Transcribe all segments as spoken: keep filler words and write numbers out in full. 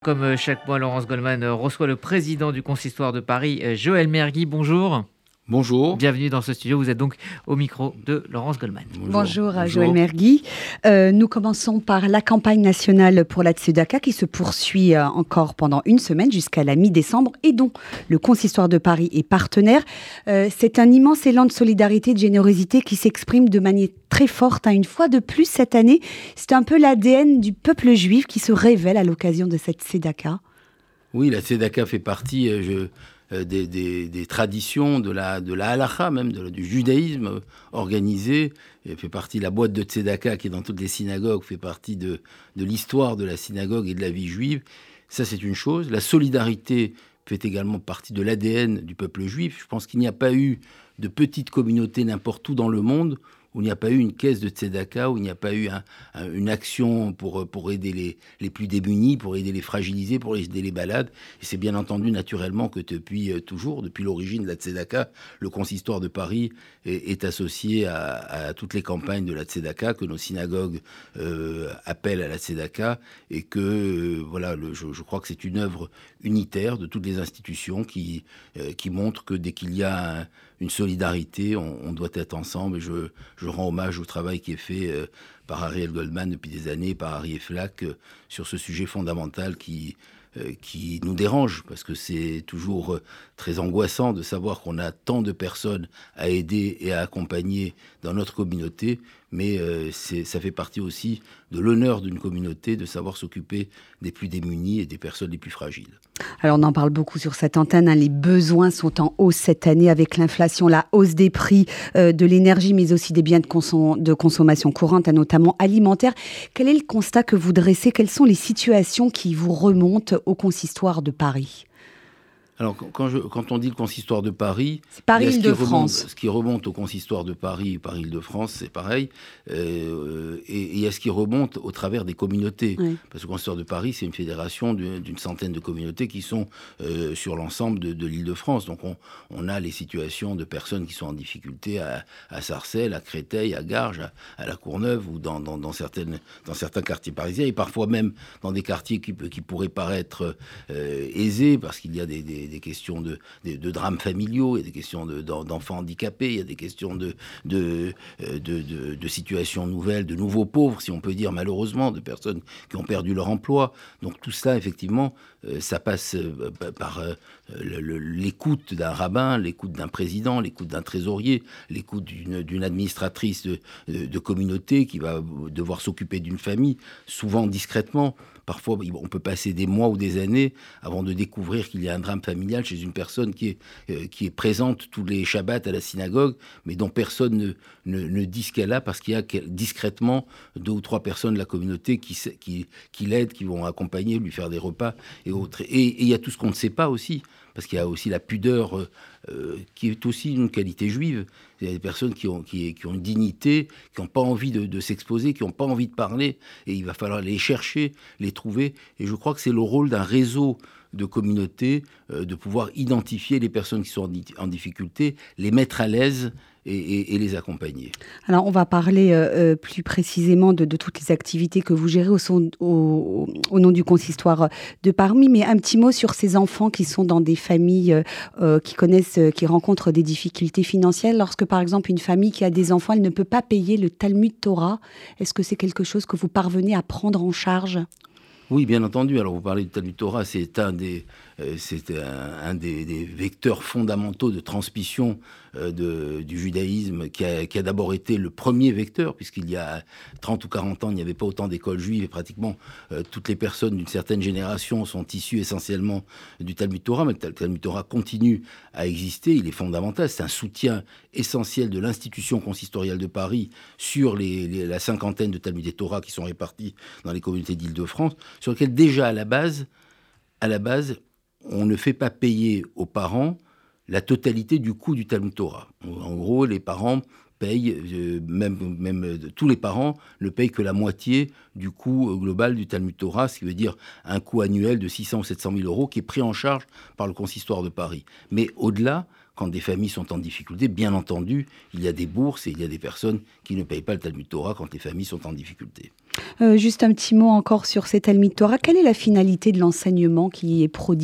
Comme euh, chaque mois, Laurence Goldman euh, reçoit le président du Consistoire de Paris, euh, Joël Mergui. Bonjour. Bonjour. Bienvenue dans ce studio. Vous êtes donc au micro de Laurence Goldman. Bonjour, Bonjour, Bonjour. Joël Mergui. Euh, nous commençons par la campagne nationale pour la Tzedaka qui se poursuit euh, encore pendant une semaine jusqu'à la mi-décembre et dont le Consistoire de Paris est partenaire. Euh, c'est un immense élan de solidarité, de générosité qui s'exprime de manière très forte. Hein. Une fois de plus cette année, c'est un peu l'A D N du peuple juif qui se révèle à l'occasion de cette Tzedaka. Oui, la Tzedaka fait partie... Euh, je... Des, des, des traditions de la, de la halakha, même de, du judaïsme organisé. Elle fait partie de la boîte de tzedaka qui est dans toutes les synagogues, fait partie de, de l'histoire de la synagogue et de la vie juive. Ça, c'est une chose. La solidarité fait également partie de l'A D N du peuple juif. Je pense qu'il n'y a pas eu de petite communauté n'importe où dans le monde où il n'y a pas eu une caisse de tzedaka, où il n'y a pas eu un, un, une action pour, pour aider les, les plus démunis, pour aider les fragilisés, pour aider les malades. Et c'est bien entendu naturellement que depuis euh, toujours, depuis l'origine de la tzedaka, le Consistoire de Paris est, est associé à, à toutes les campagnes de la tzedaka, que nos synagogues euh, appellent à la tzedaka, et que euh, voilà, le, je, je crois que c'est une œuvre unitaire de toutes les institutions qui, euh, qui montre que dès qu'il y a un, une solidarité, on, on doit être ensemble. Et je, je rends hommage au travail qui est fait euh, par Ariel Goldman depuis des années, par Harry Flack, euh, sur ce sujet fondamental qui, euh, qui nous dérange, parce que c'est toujours euh, très angoissant de savoir qu'on a tant de personnes à aider et à accompagner dans notre communauté, mais euh, c'est, ça fait partie aussi de l'honneur d'une communauté de savoir s'occuper des plus démunis et des personnes les plus fragiles. Alors on en parle beaucoup sur cette antenne, hein. Les besoins sont en hausse cette année avec l'inflation, la hausse des prix euh, de l'énergie, mais aussi des biens de, consom- de consommation courante, hein, notamment alimentaire. Quel est le constat que vous dressez? Quelles sont les situations qui vous remontent au Consistoire de Paris? Alors, quand, je, quand on dit le Consistoire de Paris... C'est Paris-Île-de-France. Ce qui remonte au Consistoire de Paris, Paris-Île-de-France, c'est pareil. Euh, et il y a ce qui remonte au travers des communautés. Oui. Parce que le Consistoire de Paris, c'est une fédération d'une, d'une centaine de communautés qui sont euh, sur l'ensemble de, de l'Île-de-France. Donc, on, on a les situations de personnes qui sont en difficulté à, à Sarcelles, à Créteil, à Garges, à, à La Courneuve ou dans, dans, dans, certaines, dans certains quartiers parisiens. Et parfois même dans des quartiers qui, qui pourraient paraître euh, aisés parce qu'il y a des... des des questions de, de, de drames familiaux, il y a des questions de, d'enfants handicapés, il y a des questions de, de, de, de, de situations nouvelles, de nouveaux pauvres, si on peut dire malheureusement, de personnes qui ont perdu leur emploi. Donc tout cela, effectivement, euh, ça passe euh, par euh, le, le, l'écoute d'un rabbin, l'écoute d'un président, l'écoute d'un trésorier, l'écoute d'une, d'une administratrice de, de, de communauté qui va devoir s'occuper d'une famille, souvent discrètement. Parfois, on peut passer des mois ou des années avant de découvrir qu'il y a un drame familial chez une personne qui est, euh, qui est présente tous les Shabbats à la synagogue, mais dont personne ne, ne, ne dit ce qu'elle a parce qu'il y a discrètement deux ou trois personnes de la communauté qui, qui, qui l'aident, qui vont accompagner, lui faire des repas et autres. Et il y a tout ce qu'on ne sait pas aussi, parce qu'il y a aussi la pudeur euh, qui est aussi une qualité juive. Il y a des personnes qui ont, qui, qui ont une dignité, qui n'ont pas envie de, de s'exposer, qui n'ont pas envie de parler, et il va falloir les chercher, les trouver. Et je crois que c'est le rôle d'un réseau de communautés euh, de pouvoir identifier les personnes qui sont en, en difficulté, les mettre à l'aise et, et, et les accompagner. Alors, on va parler euh, plus précisément de, de toutes les activités que vous gérez au, son, au, au nom du Consistoire de Paris, mais un petit mot sur ces enfants qui sont dans des familles euh, qui connaissent, qui rencontrent des difficultés financières. Lorsque, par exemple, une famille qui a des enfants, elle ne peut pas payer le Talmud Torah, est-ce que c'est quelque chose que vous parvenez à prendre en charge ? Oui, bien entendu. Alors, vous parlez du Talmud Torah, c'est un des, euh, c'est un, un des, des vecteurs fondamentaux de transmission euh, de, du judaïsme, qui a, qui a d'abord été le premier vecteur, puisqu'il y a trente ou quarante ans, il n'y avait pas autant d'écoles juives, et pratiquement euh, toutes les personnes d'une certaine génération sont issues essentiellement du Talmud Torah, mais le Talmud Torah continue à exister, il est fondamental, c'est un soutien essentiel de l'institution consistoriale de Paris sur les, les, la cinquantaine de Talmudé Torah qui sont répartis dans les communautés d'Île-de-France, sur lequel déjà à la base, à la base, on ne fait pas payer aux parents la totalité du coût du Talmud Torah. En gros, les parents payent, euh, même, même euh, tous les parents ne payent que la moitié du coût global du Talmud Torah, ce qui veut dire un coût annuel de six cents ou sept cent mille euros qui est pris en charge par le consistoire de Paris. Mais au-delà, quand des familles sont en difficulté, bien entendu, il y a des bourses et il y a des personnes qui ne payent pas le Talmud Torah quand les familles sont en difficulté. Euh, juste un petit mot encore sur ces Talmud Torah. Quelle est la finalité de l'enseignement qui y est prodigué ?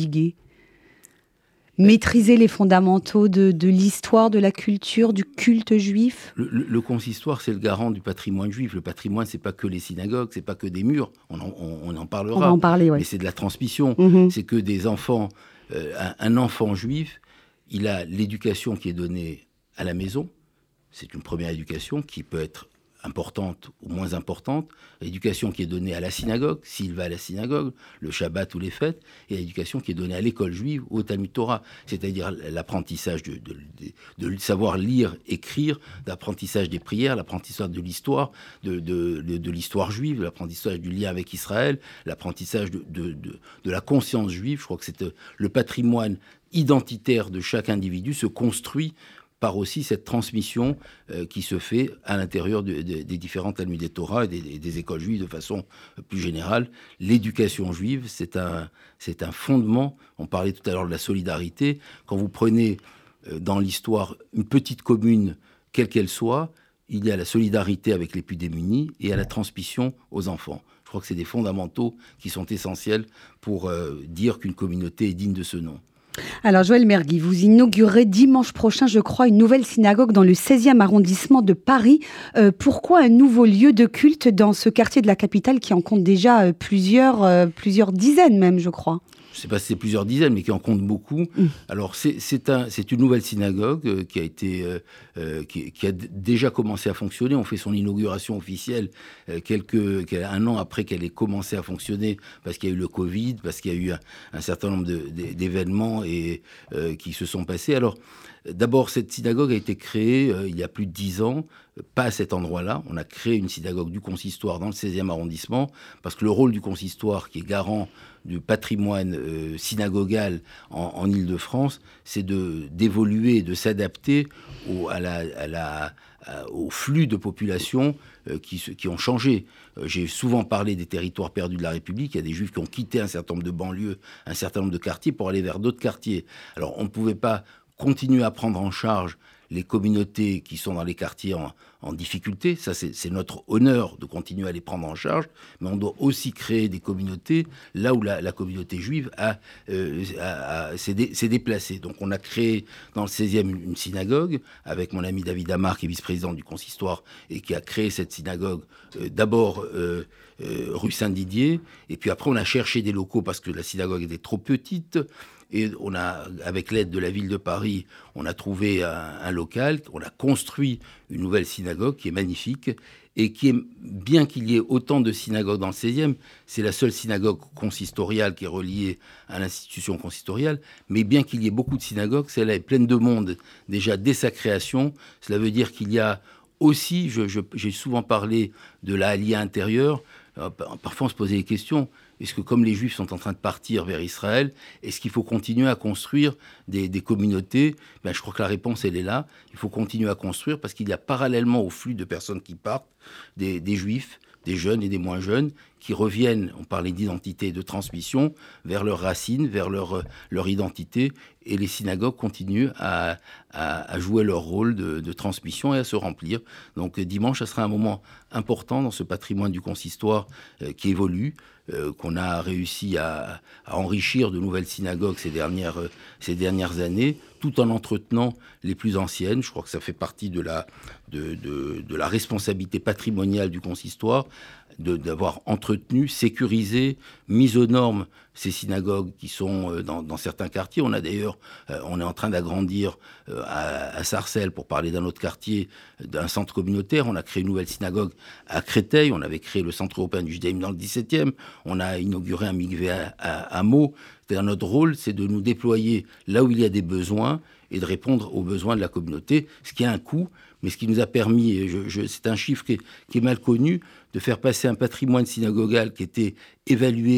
Maîtriser les fondamentaux de, de l'histoire, de la culture, du culte juif. Le, le, le consistoire, c'est le garant du patrimoine juif. Le patrimoine, c'est pas que les synagogues, c'est pas que des murs. On en, on, on en parlera. On va en parler, oui. Mais c'est de la transmission. Mm-hmm. C'est que des enfants, euh, un, un enfant juif, il a l'éducation qui est donnée à la maison. C'est une première éducation qui peut être importante ou moins importante, l'éducation qui est donnée à la synagogue, s'il va à la synagogue, le Shabbat ou les fêtes, et l'éducation qui est donnée à l'école juive ou au Talmud Torah, c'est-à-dire l'apprentissage de, de, de, de savoir lire, écrire, l'apprentissage des prières, l'apprentissage de l'histoire, de, de, de, de l'histoire juive, l'apprentissage du lien avec Israël, l'apprentissage de, de, de, de la conscience juive. Je crois que c'est le patrimoine identitaire de chaque individu se construit par aussi cette transmission euh, qui se fait à l'intérieur de, de, des différents Talmudei Torah et des, des écoles juives de façon plus générale. L'éducation juive, c'est un, c'est un fondement. On parlait tout à l'heure de la solidarité. Quand vous prenez euh, dans l'histoire une petite commune, quelle qu'elle soit, il y a la solidarité avec les plus démunis et à la transmission aux enfants. Je crois que c'est des fondamentaux qui sont essentiels pour euh, dire qu'une communauté est digne de ce nom. Alors Joël Mergui, vous inaugurez dimanche prochain, je crois, une nouvelle synagogue dans le seizième arrondissement de Paris. Euh, pourquoi un nouveau lieu de culte dans ce quartier de la capitale qui en compte déjà euh, plusieurs, euh, plusieurs dizaines même, je crois ? Je ne sais pas si c'est plusieurs dizaines, mais qui en comptent beaucoup. Mmh. Alors, c'est, c'est, un, c'est une nouvelle synagogue euh, qui, a été, euh, euh, qui, qui a d- déjà commencé à fonctionner. On fait son inauguration officielle euh, quelques, un an après qu'elle ait commencé à fonctionner, parce qu'il y a eu le Covid, parce qu'il y a eu un, un certain nombre de, de, d'événements et, euh, qui se sont passés. Alors, d'abord, cette synagogue a été créée euh, il y a plus de dix ans, pas à cet endroit-là. On a créé une synagogue du consistoire dans le seizième arrondissement, parce que le rôle du consistoire, qui est garant du patrimoine euh, synagogal en, en Île-de-France, c'est de, d'évoluer, de s'adapter au, à la, à la, à, au flux de population euh, qui, qui ont changé. Euh, j'ai souvent parlé des territoires perdus de la République. Il y a des Juifs qui ont quitté un certain nombre de banlieues, un certain nombre de quartiers pour aller vers d'autres quartiers. Alors, on ne pouvait pas continuer à prendre en charge les communautés qui sont dans les quartiers en, en difficulté. Ça, c'est, c'est notre honneur de continuer à les prendre en charge. Mais on doit aussi créer des communautés là où la, la communauté juive a, euh, a, a, s'est, dé, s'est déplacée. Donc, on a créé dans le seizième une, une synagogue avec mon ami David Amar, qui est vice-président du consistoire et qui a créé cette synagogue euh, d'abord euh, euh, rue Saint-Didier. Et puis après, on a cherché des locaux parce que la synagogue était trop petite. Et on a, avec l'aide de la ville de Paris, on a trouvé un, un local, on a construit une nouvelle synagogue qui est magnifique et qui est, bien qu'il y ait autant de synagogues dans le seizième, c'est la seule synagogue consistoriale qui est reliée à l'institution consistoriale, mais bien qu'il y ait beaucoup de synagogues, celle-là est pleine de monde déjà dès sa création. Cela veut dire qu'il y a aussi, je, je, j'ai souvent parlé de la halia intérieure, euh, parfois on se posait des questions. Est-ce que comme les Juifs sont en train de partir vers Israël, est-ce qu'il faut continuer à construire des, des communautés ? Ben, je crois que la réponse, elle est là. Il faut continuer à construire parce qu'il y a parallèlement au flux de personnes qui partent, des, des Juifs, des jeunes et des moins jeunes, qui reviennent, on parlait d'identité et de transmission, vers leurs racines, vers leur, leur identité. Et les synagogues continuent à, à, à jouer leur rôle de, de transmission et à se remplir. Donc dimanche, ça sera un moment important dans ce patrimoine du consistoire euh, qui évolue, euh, qu'on a réussi à, à enrichir de nouvelles synagogues ces dernières, euh, ces dernières années, tout en entretenant les plus anciennes. Je crois que ça fait partie de la, de, de, de la responsabilité patrimoniale du consistoire, de, d'avoir entretenu, sécurisé, mis aux normes ces synagogues qui sont euh, dans, dans certains quartiers. On a d'ailleurs, euh, on est en train d'agrandir euh, à, à Sarcelles, pour parler d'un autre quartier, d'un centre communautaire. On a créé une nouvelle synagogue à Créteil. On avait créé le Centre européen du judaïsme dans le dix-septième. On a inauguré un mikvé à, à, à Meaux. C'est-à-dire notre rôle, c'est de nous déployer là où il y a des besoins et de répondre aux besoins de la communauté, ce qui a un coût, mais ce qui nous a permis, et je, je, c'est un chiffre qui est, qui est mal connu, de faire passer un patrimoine synagogal qui était évalué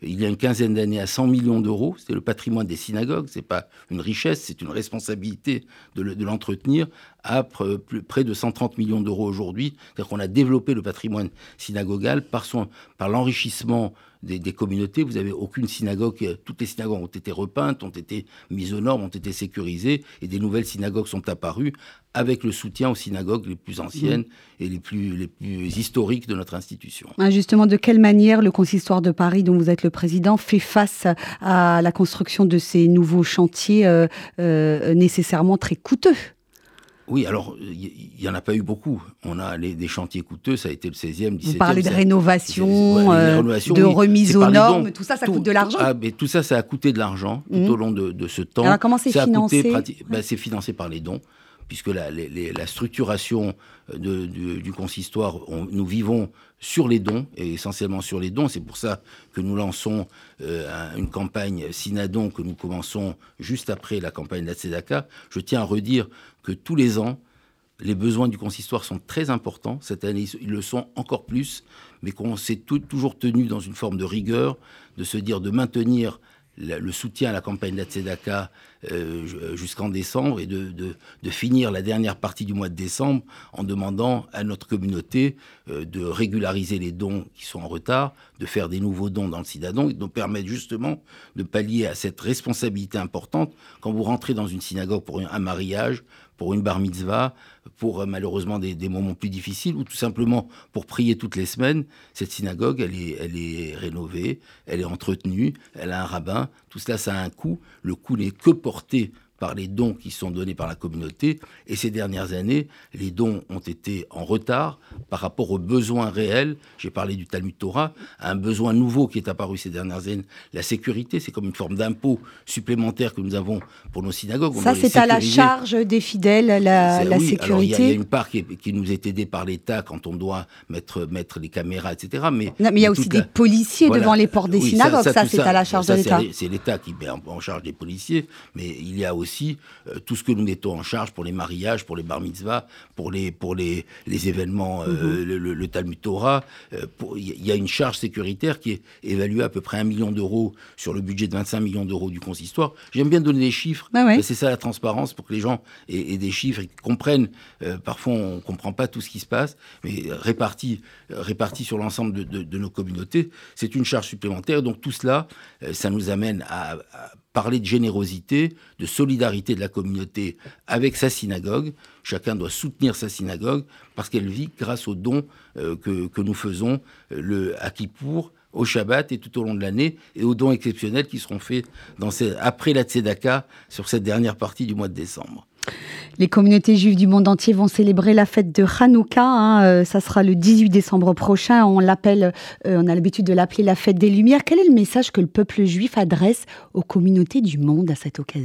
il y a une quinzaine d'années à cent millions d'euros. C'était le patrimoine des synagogues. Ce n'est pas une richesse, c'est une responsabilité de, le, de l'entretenir, à pr- plus, près de cent trente millions d'euros aujourd'hui. C'est-à-dire qu'on a développé le patrimoine synagogal par, son, par l'enrichissement Des, des communautés. Vous n'avez aucune synagogue, toutes les synagogues ont été repeintes, ont été mises aux normes, ont été sécurisées, et des nouvelles synagogues sont apparues avec le soutien aux synagogues les plus anciennes mmh. et les plus, les plus historiques de notre institution. Justement, de quelle manière le Consistoire de Paris, dont vous êtes le président, fait face à la construction de ces nouveaux chantiers euh, euh, nécessairement très coûteux ? Oui, alors, il n'y en a pas eu beaucoup. On a les, des chantiers coûteux, ça a été le seizième, dix-septième. Vous parlez de rénovation, ouais, euh, rénovation de oui. remise aux normes, tout ça, ça tout, coûte de l'argent. tout, ah, mais tout ça, ça a coûté de l'argent tout mmh. au long de, de ce temps. Alors, comment c'est ça financé a coûté, prati- ben, C'est financé par les dons, puisque la, les, les, la structuration de, du, du consistoire, on, nous vivons sur les dons, et essentiellement sur les dons. C'est pour ça que nous lançons euh, une campagne Synadon que nous commençons juste après la campagne de la Tzedaka. Je tiens à redire que tous les ans, les besoins du consistoire sont très importants. Cette année, ils le sont encore plus, mais qu'on s'est tout, toujours tenu dans une forme de rigueur, de se dire de maintenir la, le soutien à la campagne de la Tzedaka euh, jusqu'en décembre et de, de, de finir la dernière partie du mois de décembre en demandant à notre communauté euh, de régulariser les dons qui sont en retard, de faire des nouveaux dons dans le Synadon et de nous permettre justement de pallier à cette responsabilité importante quand vous rentrez dans une synagogue pour un mariage, pour une bar mitzvah, pour euh, malheureusement des, des moments plus difficiles, ou tout simplement pour prier toutes les semaines. Cette synagogue, elle est, elle est rénovée, elle est entretenue, elle a un rabbin. Tout cela, ça a un coût. Le coût n'est que porté par les dons qui sont donnés par la communauté. Et ces dernières années, les dons ont été en retard par rapport aux besoins réels. J'ai parlé du Talmud Torah, un besoin nouveau qui est apparu ces dernières années. La sécurité, c'est comme une forme d'impôt supplémentaire que nous avons pour nos synagogues. Ça, c'est à la charge des fidèles, la, la oui, sécurité. Alors, il y, y a une part qui, est, qui nous est aidée par l'État quand on doit mettre, mettre les caméras, et cetera. Mais, non, mais il y a aussi la... des policiers voilà. devant les portes des oui, synagogues. Ça, ça, ça c'est ça, à la charge ça, de l'État. C'est, c'est l'État qui met en, en charge des policiers, mais il y a aussi aussi euh, tout ce que nous mettons en charge pour les mariages, pour les bar mitzvahs, pour les, pour les, les événements, euh, mm-hmm. le, le, le Talmud Torah. Il euh, y, y a une charge sécuritaire qui est évaluée à peu près un million d'euros sur le budget de vingt-cinq millions d'euros du consistoire. J'aime bien donner des chiffres, bah ouais. c'est ça la transparence, pour que les gens aient, aient des chiffres et comprennent. Euh, parfois, on ne comprend pas tout ce qui se passe, mais répartis réparti sur l'ensemble de, de, de nos communautés, c'est une charge supplémentaire. Donc tout cela, euh, ça nous amène à, à parler de générosité, de solidarité de la communauté avec sa synagogue. Chacun doit soutenir sa synagogue parce qu'elle vit grâce aux dons euh, que, que nous faisons euh, le, à Kippour, au Shabbat et tout au long de l'année, et aux dons exceptionnels qui seront faits dans ces, après la Tzedaka sur cette dernière partie du mois de décembre. Les communautés juives du monde entier vont célébrer la fête de Hanouka. Hein, euh, ça sera le dix-huit décembre prochain. On l'appelle, euh, on a l'habitude de l'appeler la fête des Lumières. Quel est le message que le peuple juif adresse aux communautés du monde à cette occasion ?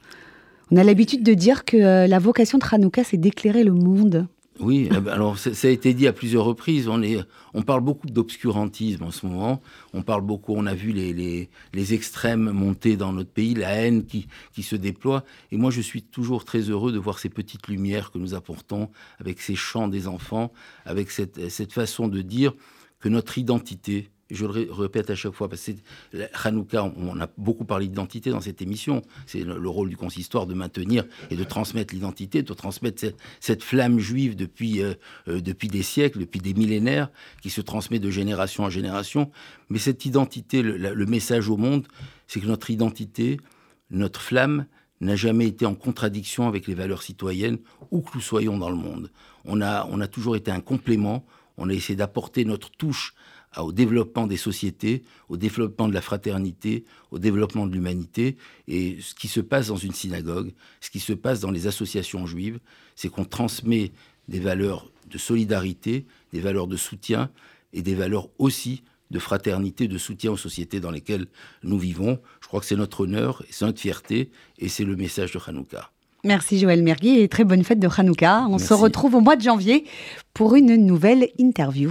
On a l'habitude de dire que euh, la vocation de Hanouka, c'est d'éclairer le monde. Oui, alors ça a été dit à plusieurs reprises. On, est, on parle beaucoup d'obscurantisme en ce moment. On parle beaucoup, on a vu les, les, les extrêmes monter dans notre pays, la haine qui, qui se déploie. Et moi, je suis toujours très heureux de voir ces petites lumières que nous apportons avec ces chants des enfants, avec cette, cette façon de dire que notre identité, je le répète à chaque fois, parce que Hanouka, on a beaucoup parlé d'identité dans cette émission. C'est le rôle du consistoire de maintenir et de transmettre l'identité, de transmettre cette, cette flamme juive depuis, euh, depuis des siècles, depuis des millénaires, qui se transmet de génération en génération. Mais cette identité, le, le message au monde, c'est que notre identité, notre flamme, n'a jamais été en contradiction avec les valeurs citoyennes, où que nous soyons dans le monde. On a, on a toujours été un complément, on a essayé d'apporter notre touche au développement des sociétés, au développement de la fraternité, au développement de l'humanité. Et ce qui se passe dans une synagogue, ce qui se passe dans les associations juives, c'est qu'on transmet des valeurs de solidarité, des valeurs de soutien et des valeurs aussi de fraternité, de soutien aux sociétés dans lesquelles nous vivons. Je crois que c'est notre honneur, c'est notre fierté et c'est le message de Hanouka. Merci Joël Mergui et très bonne fête de Hanouka. On Merci. Se retrouve au mois de janvier pour une nouvelle interview.